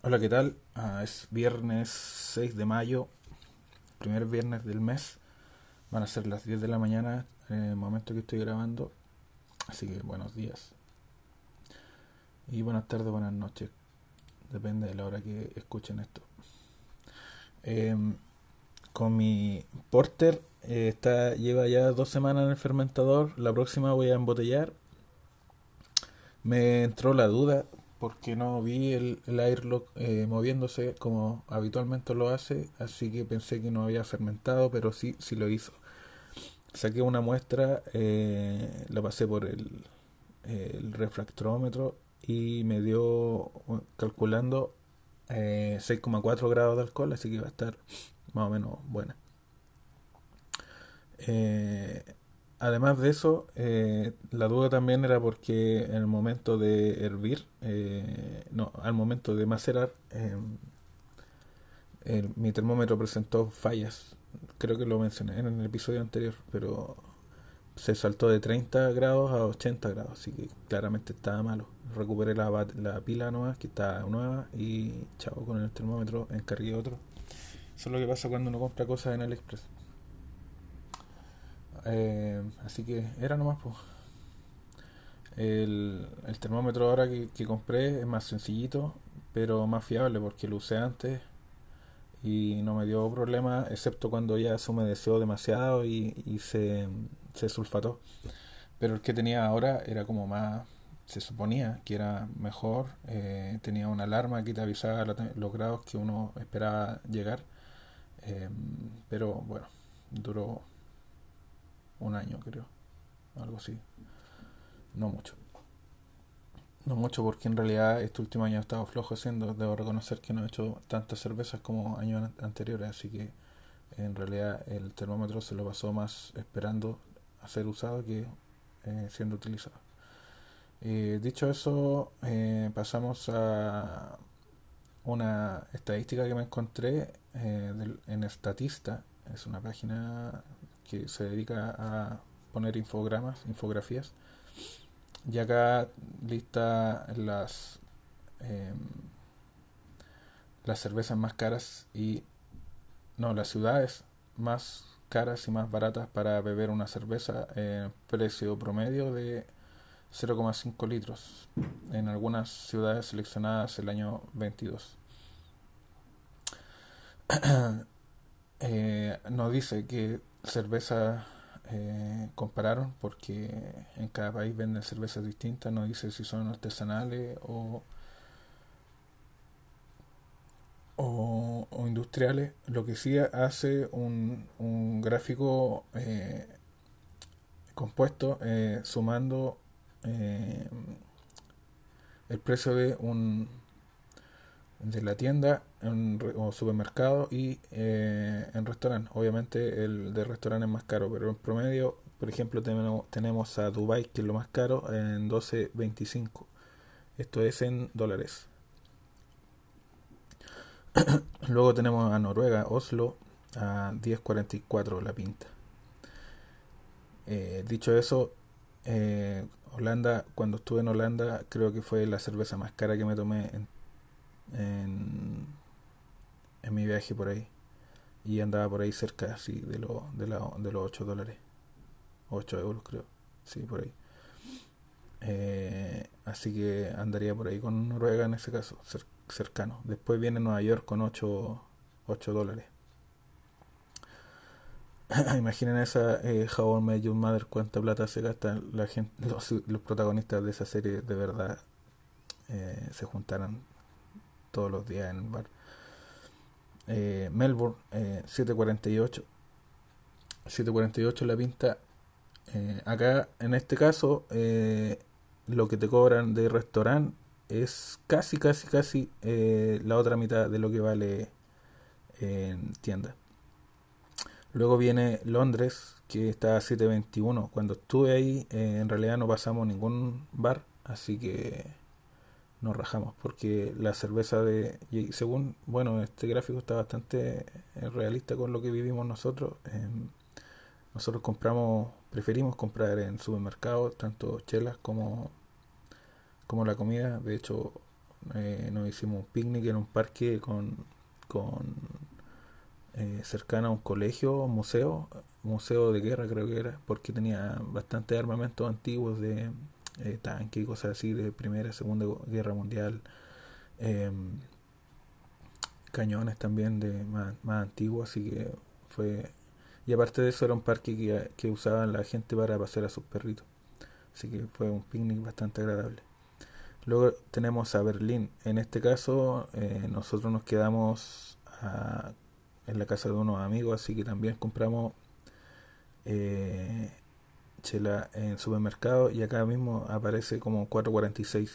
Hola, ¿qué tal? Es viernes 6 de mayo, primer viernes del mes. Van a ser las 10 de la mañana en el momento que estoy grabando. Así que buenos días. Y buenas tardes, buenas noches. Depende de la hora que escuchen esto. Em, con mi porter lleva ya 2 semanas en el fermentador. La próxima voy a embotellar. Me entró la duda porque no vi el airlock moviéndose como habitualmente lo hace, así que pensé que no había fermentado, pero sí, sí lo hizo. Saqué una muestra, la pasé por el refractómetro y me dio, calculando, 6,4 grados de alcohol, así que va a estar más o menos buena. Eh, Además de eso, la duda también era porque en el momento de hervir, no, al momento de macerar, mi termómetro presentó fallas. Creo que lo mencioné en el episodio anterior, pero se saltó de 30 grados a 80 grados, así que claramente estaba malo. Recuperé la pila nueva, que está nueva, y chao, con el termómetro encargué otro. Eso es lo que pasa cuando uno compra cosas en AliExpress. Así que era nomás, pues. El termómetro ahora que compré es más sencillito, pero más fiable porque lo usé antes y no me dio problema, excepto cuando ya se humedeció demasiado y se sulfató. Pero el que tenía ahora era como más, se suponía que era mejor, tenía una alarma que te avisaba los grados que uno esperaba llegar, eh, pero bueno, duró un año creo, algo así, no mucho. No mucho porque en realidad este último año he estado flojo haciendo, debo reconocer que no he hecho tantas cervezas como años anteriores, así que en realidad el termómetro se lo pasó más esperando a ser usado que siendo utilizado. Dicho eso, pasamos a una estadística que me encontré en Statista. Es una página que se dedica a poner infografías. Y acá lista eh, las cervezas más caras y no, las ciudades más caras y más baratas para beber una cerveza, precio promedio de 0,5 litros en algunas ciudades seleccionadas el año 22. No dice qué cerveza compararon porque en cada país venden cervezas distintas, no dice si son artesanales o industriales. Lo que sí hace un gráfico compuesto, sumando eh, el precio de la tienda o supermercado y en restaurante. Obviamente el de restaurante es más caro, pero en promedio, por ejemplo, tenemos a Dubai, que es lo más caro, en 12,25. Esto es en dólares. Luego tenemos a Noruega, Oslo, a 10,44 la pinta. Dicho eso, Holanda, cuando estuve en Holanda, creo que fue la cerveza más cara que me tomé en, en mi viaje por ahí. Y andaba por ahí cerca, así, de los $8. 8 euros, creo. Sí, por ahí. Así que andaría por ahí con Noruega en ese caso, cercano. Después viene Nueva York con 8 dólares. Imaginen esa How I Met Your Mother, cuánta plata se gasta la gente, los protagonistas de esa serie de verdad se juntaran todos los días en el bar. Melbourne, 7,48. 7,48 la pinta. Acá, en este caso, lo que te cobran de restaurante es casi, casi, casi la otra mitad de lo que vale en tienda. Luego viene Londres, que está a 7,21. Cuando estuve ahí, en realidad no pasamos ningún bar, así que nos rajamos, porque la cerveza y según, bueno, este gráfico está bastante realista con lo que vivimos nosotros. Nosotros preferimos comprar en supermercados, tanto chelas como la comida. De hecho, nos hicimos un picnic en un parque con cercano a un colegio, museo de guerra creo que era, porque tenía bastante armamentos antiguos de tanques y cosas así de Primera, Segunda Guerra Mundial, eh, cañones también de más antiguos, así que fue... Y aparte de eso era un parque que usaban la gente para pasear a sus perritos, así que fue un picnic bastante agradable. Luego tenemos a Berlín. En este caso, nosotros nos quedamos en la casa de unos amigos, así que también compramos eh, chela en supermercado y acá mismo aparece como 4,46,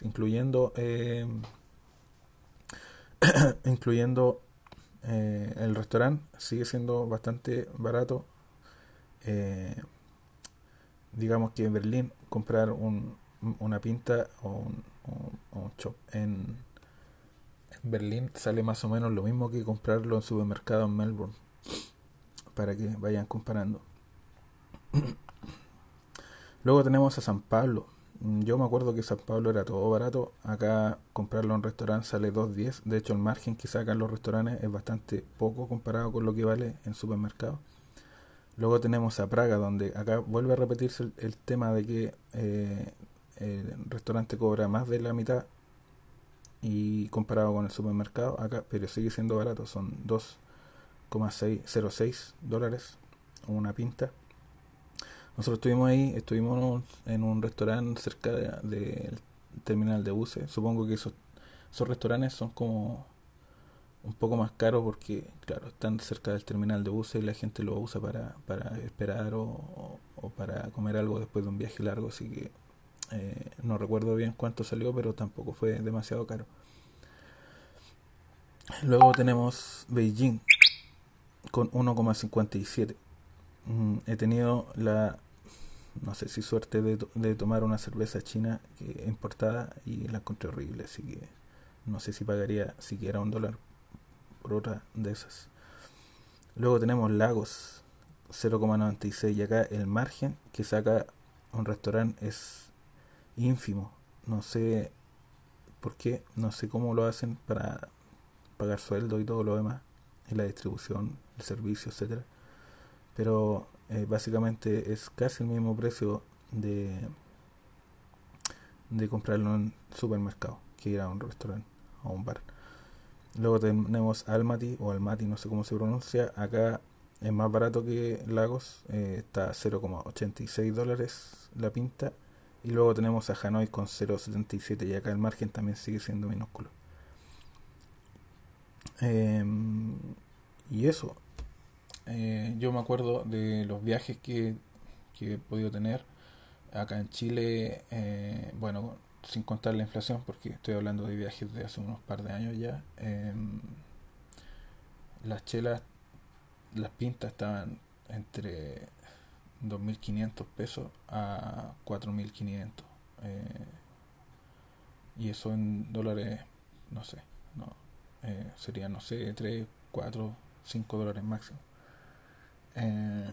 incluyendo el restaurante, sigue siendo bastante barato. Eh, digamos que en Berlín comprar una pinta o un chop en Berlín sale más o menos lo mismo que comprarlo en supermercado en Melbourne, para que vayan comparando. Luego tenemos a San Pablo. Yo me acuerdo que San Pablo era todo barato. Acá comprarlo en un restaurante sale 2,10. De hecho, el margen que sacan los restaurantes es bastante poco comparado con lo que vale en supermercado. Luego tenemos a Praga, donde acá vuelve a repetirse el tema de que el restaurante cobra más de la mitad y comparado con el supermercado acá, pero sigue siendo barato. Son 2,606 dólares una pinta. Nosotros estuvimos en un restaurante cerca del terminal de buses. Supongo que esos restaurantes son como un poco más caros porque, claro, están cerca del terminal de buses y la gente lo usa para esperar o para comer algo después de un viaje largo. Así que no recuerdo bien cuánto salió, pero tampoco fue demasiado caro. Luego tenemos Beijing con 1,57. He tenido no sé si suerte de tomar una cerveza china importada y la encontré horrible, así que no sé si pagaría siquiera $1 por otra de esas. Luego tenemos Lagos 0,96 y acá el margen que saca un restaurante es ínfimo. No sé por qué, no sé cómo lo hacen para pagar sueldo y todo lo demás, y la distribución, el servicio, etcétera. Pero básicamente es casi el mismo precio de comprarlo en supermercado que ir a un restaurante o un bar. Luego tenemos Almaty o Almaty, no sé cómo se pronuncia. Acá es más barato que Lagos, está a 0,86 dólares la pinta. Y luego tenemos a Hanoi con 0,77 y acá el margen también sigue siendo minúsculo. Eh, y eso, yo me acuerdo de los viajes que he podido tener acá en Chile, bueno, sin contar la inflación, porque estoy hablando de viajes de hace unos par de años ya. Las chelas, las pintas estaban entre 2.500 pesos a 4.500. Y eso en dólares, no sé, no, serían, no sé, 3 4 5 dólares máximo. Eh,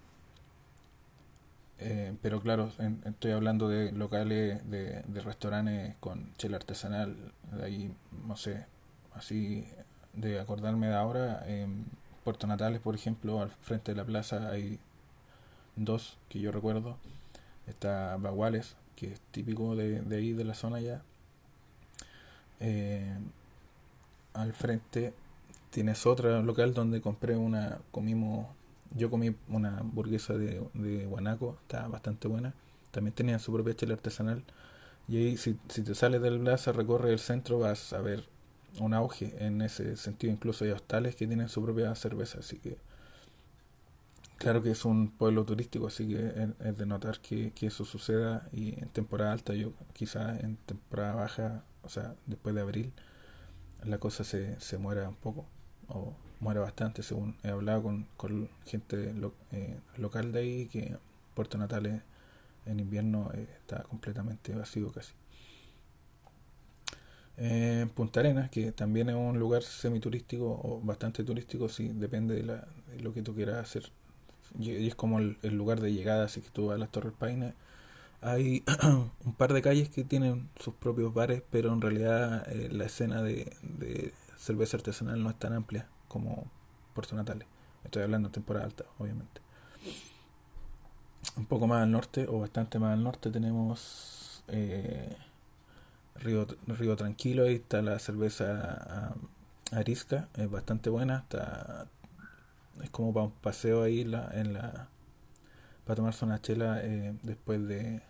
pero claro, estoy hablando de locales, de restaurantes con chela artesanal, de ahí, no sé, así de acordarme de ahora, en Puerto Natales, por ejemplo, al frente de la plaza hay dos que yo recuerdo. Está Baguales, que es típico de ahí, de la zona ya. Eh, Al frente tienes otro local donde yo comí una hamburguesa de guanaco, estaba bastante buena. También tenían su propia chela artesanal. Y ahí, si te sales del Plaza, recorre el centro, vas a ver un auge en ese sentido. Incluso hay hostales que tienen su propia cerveza. Así que, claro que es un pueblo turístico, así que es de notar que eso suceda. Y en temporada alta, yo quizás en temporada baja, o sea, después de abril, la cosa se muera un poco, o muere bastante, según he hablado con gente local de ahí, que Puerto Natales en invierno está completamente vacío casi. Punta Arenas, que también es un lugar semiturístico o bastante turístico, sí, depende de lo que tú quieras hacer. Y es como el lugar de llegada, así que tú vas a las Torres Paine, Hay un par de calles que tienen sus propios bares, pero en realidad la escena de cerveza artesanal no es tan amplia como Puerto Natales. Estoy hablando en temporada alta, obviamente. Un poco más al norte, o bastante más al norte, tenemos Río Tranquilo. Ahí está la cerveza arisca, es bastante buena. Es como para un paseo ahí para tomarse una chela después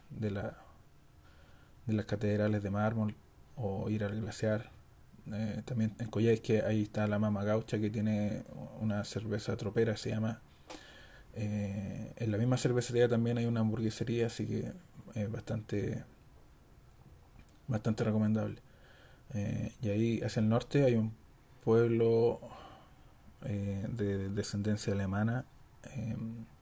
de las catedrales de mármol o ir al glaciar. También en Coyhaique ahí está la Mama Gaucha, que tiene una cerveza tropera, se llama. En la misma cervecería también hay una hamburguesería, así que es bastante recomendable. Y ahí hacia el norte hay un pueblo de descendencia alemana, eh,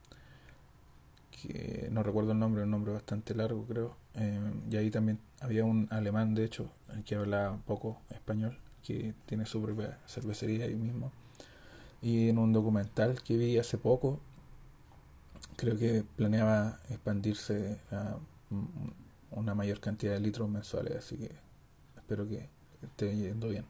que no recuerdo el nombre, un nombre bastante largo creo. Y ahí también había un alemán, de hecho, que hablaba un poco español, que tiene su propia cervecería ahí mismo. Y en un documental que vi hace poco, creo que planeaba expandirse a una mayor cantidad de litros mensuales, así que espero que esté yendo bien.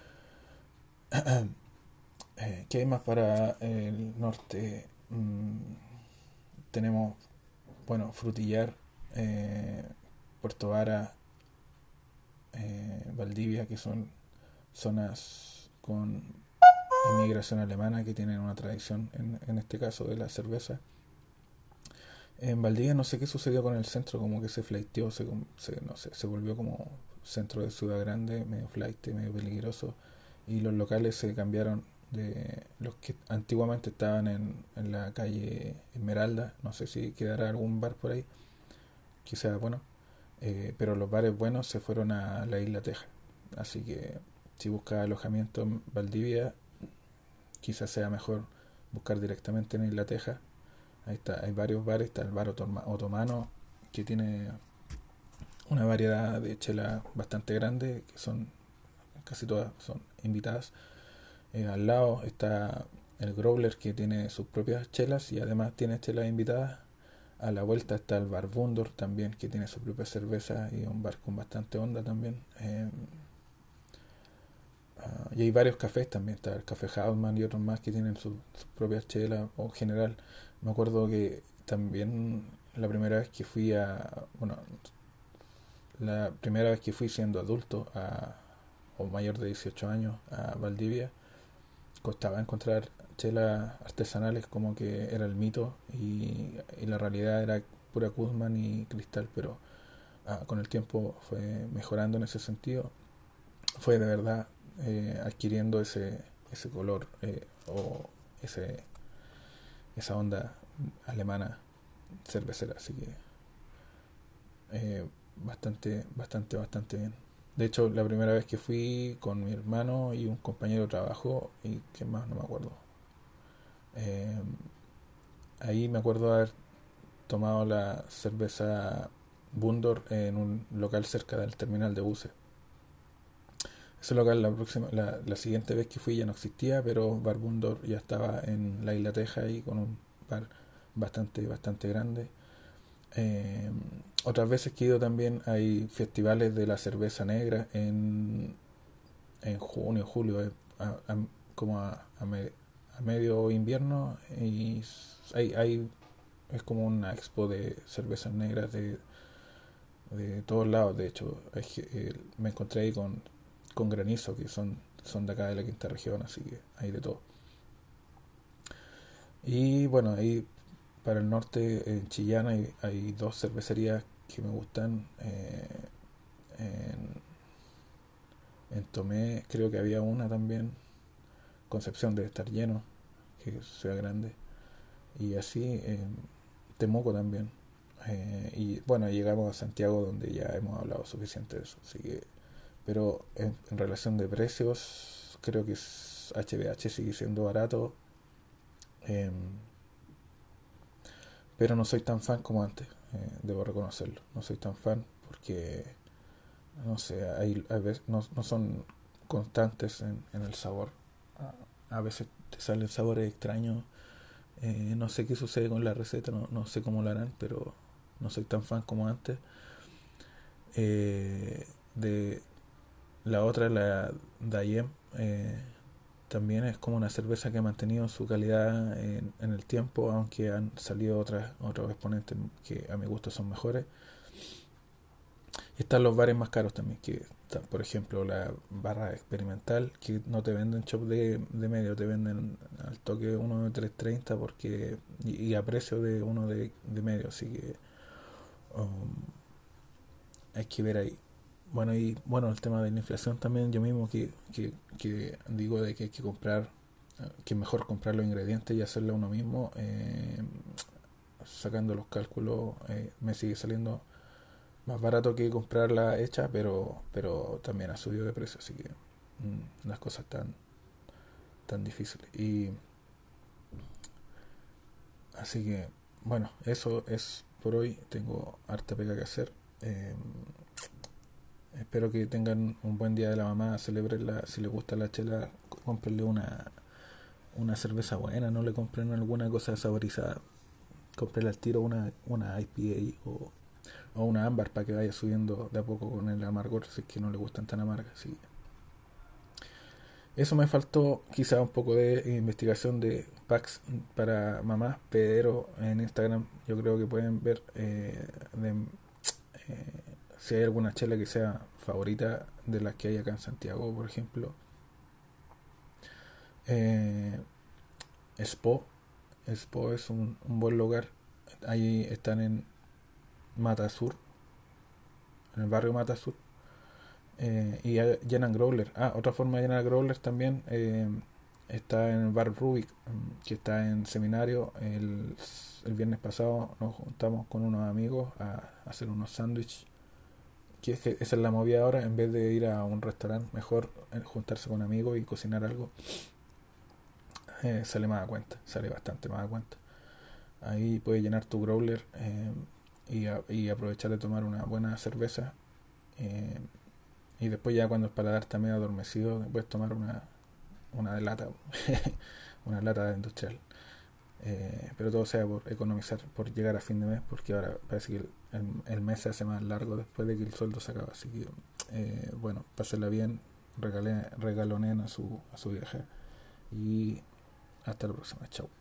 ¿Qué hay más para el norte? Tenemos, bueno, Frutillar, eh, Puerto Vara, Valdivia, que son zonas con inmigración alemana que tienen una tradición, en este caso, de la cerveza. En Valdivia no sé qué sucedió con el centro, como que se flaiteó, no sé, se volvió como centro de ciudad grande, medio flaite, medio peligroso, y los locales se cambiaron de los que antiguamente estaban en la calle Esmeralda, no sé si quedará algún bar por ahí, quizá bueno, pero los bares buenos se fueron a la isla Teja, así que si buscas alojamiento en Valdivia, quizás sea mejor buscar directamente en Isla Teja. Ahí está, hay varios bares, está el bar otomano, que tiene una variedad de chelas bastante grande, que son casi todas son invitadas. Al lado está el Growler, que tiene sus propias chelas y además tiene chelas invitadas. A la vuelta está el bar Bundor también, que tiene su propia cerveza y un bar con bastante onda también. Y hay varios cafés también, está el Café Hausmann y otros más que tienen sus propias chelas o general. Me acuerdo que también la primera vez que fui bueno, la primera vez que fui siendo adulto o mayor de 18 años a Valdivia, costaba encontrar chelas artesanales, como que era el mito, y la realidad era pura Kuzman y cristal, pero con el tiempo fue mejorando en ese sentido, fue de verdad adquiriendo ese color, o ese, esa onda alemana cervecera, así que bastante bien. De hecho, la primera vez que fui con mi hermano y un compañero de trabajo, y que más no me acuerdo, eh, ahí me acuerdo haber tomado la cerveza Bundor en un local cerca del terminal de buses. Ese local la siguiente vez que fui ya no existía, pero Bar Bundor ya estaba en la Isla Teja y con un bar bastante grande. Eh, Otras veces que he ido también hay festivales de la cerveza negra en junio, julio, como a medio invierno, y es como una expo de cervezas negras de todos lados. De hecho, me encontré ahí con Granizo, que son de acá de la quinta región, así que hay de todo. Y bueno, ahí para el norte, en Chillán, hay dos cervecerías que me gustan. En Tomé creo que había una también. Concepción debe estar lleno, que sea grande. Y así, Temuco también. Y bueno, llegamos a Santiago, donde ya hemos hablado suficiente de eso. Así que, pero en relación de precios, creo que HBH sigue siendo barato. eh, pero no soy tan fan como antes, debo reconocerlo. No soy tan fan porque, no sé, hay veces no son constantes en el sabor. A veces te salen sabores extraños. No sé qué sucede con la receta, no sé cómo lo harán, pero no soy tan fan como antes. De la otra, la Dayem, también es como una cerveza que ha mantenido su calidad en el tiempo, aunque han salido otros exponentes que a mi gusto son mejores. Y están los bares más caros también, que están, por ejemplo, la barra experimental, que no te venden shop de medio, te venden al toque uno de 3.30 porque, y a precio de uno de medio, así que um, hay que ver ahí. Bueno, y bueno, el tema de la inflación también, yo mismo que digo de que hay que comprar, que es mejor comprar los ingredientes y hacerlo uno mismo, sacando los cálculos, me sigue saliendo más barato que comprarla hecha, pero también ha subido de precio, así que las cosas tan difíciles. Y así que, bueno, eso es por hoy. Tengo harta pega que hacer. Eh, Espero que tengan un buen día de la mamá, celebrenla. Si les gusta la chela, cómprenle una cerveza buena, no le compren alguna cosa saborizada. Cómprenle al tiro una IPA o una ámbar para que vaya subiendo de a poco con el amargor, si es que no le gustan tan amargas. Sí. Eso me faltó quizá un poco de investigación de packs para mamás, pero en Instagram yo creo que pueden ver eh, si hay alguna chela que sea favorita de las que hay acá en Santiago, por ejemplo. Eh, Spo, Spo es un buen lugar. Ahí están en Mata Sur, en el barrio Mata Sur. Y llenan growler. Ah, otra forma de llenar growlers también está en el bar Rubik, que está en seminario. El viernes pasado nos juntamos con unos amigos a hacer unos sándwiches. Que es que esa es la movida ahora, en vez de ir a un restaurante, mejor juntarse con amigos y cocinar algo. Sale más a cuenta, sale bastante más a cuenta. Ahí puedes llenar tu growler y aprovechar de tomar una buena cerveza. eh, y después ya cuando el paladar está medio adormecido, puedes tomar una de lata, una lata de industrial. Pero todo sea por economizar, por llegar a fin de mes, porque ahora parece que el mes se hace más largo después de que el sueldo se acaba. Así que, bueno, pásenla bien, regalonen a su viaje y hasta la próxima. Chao.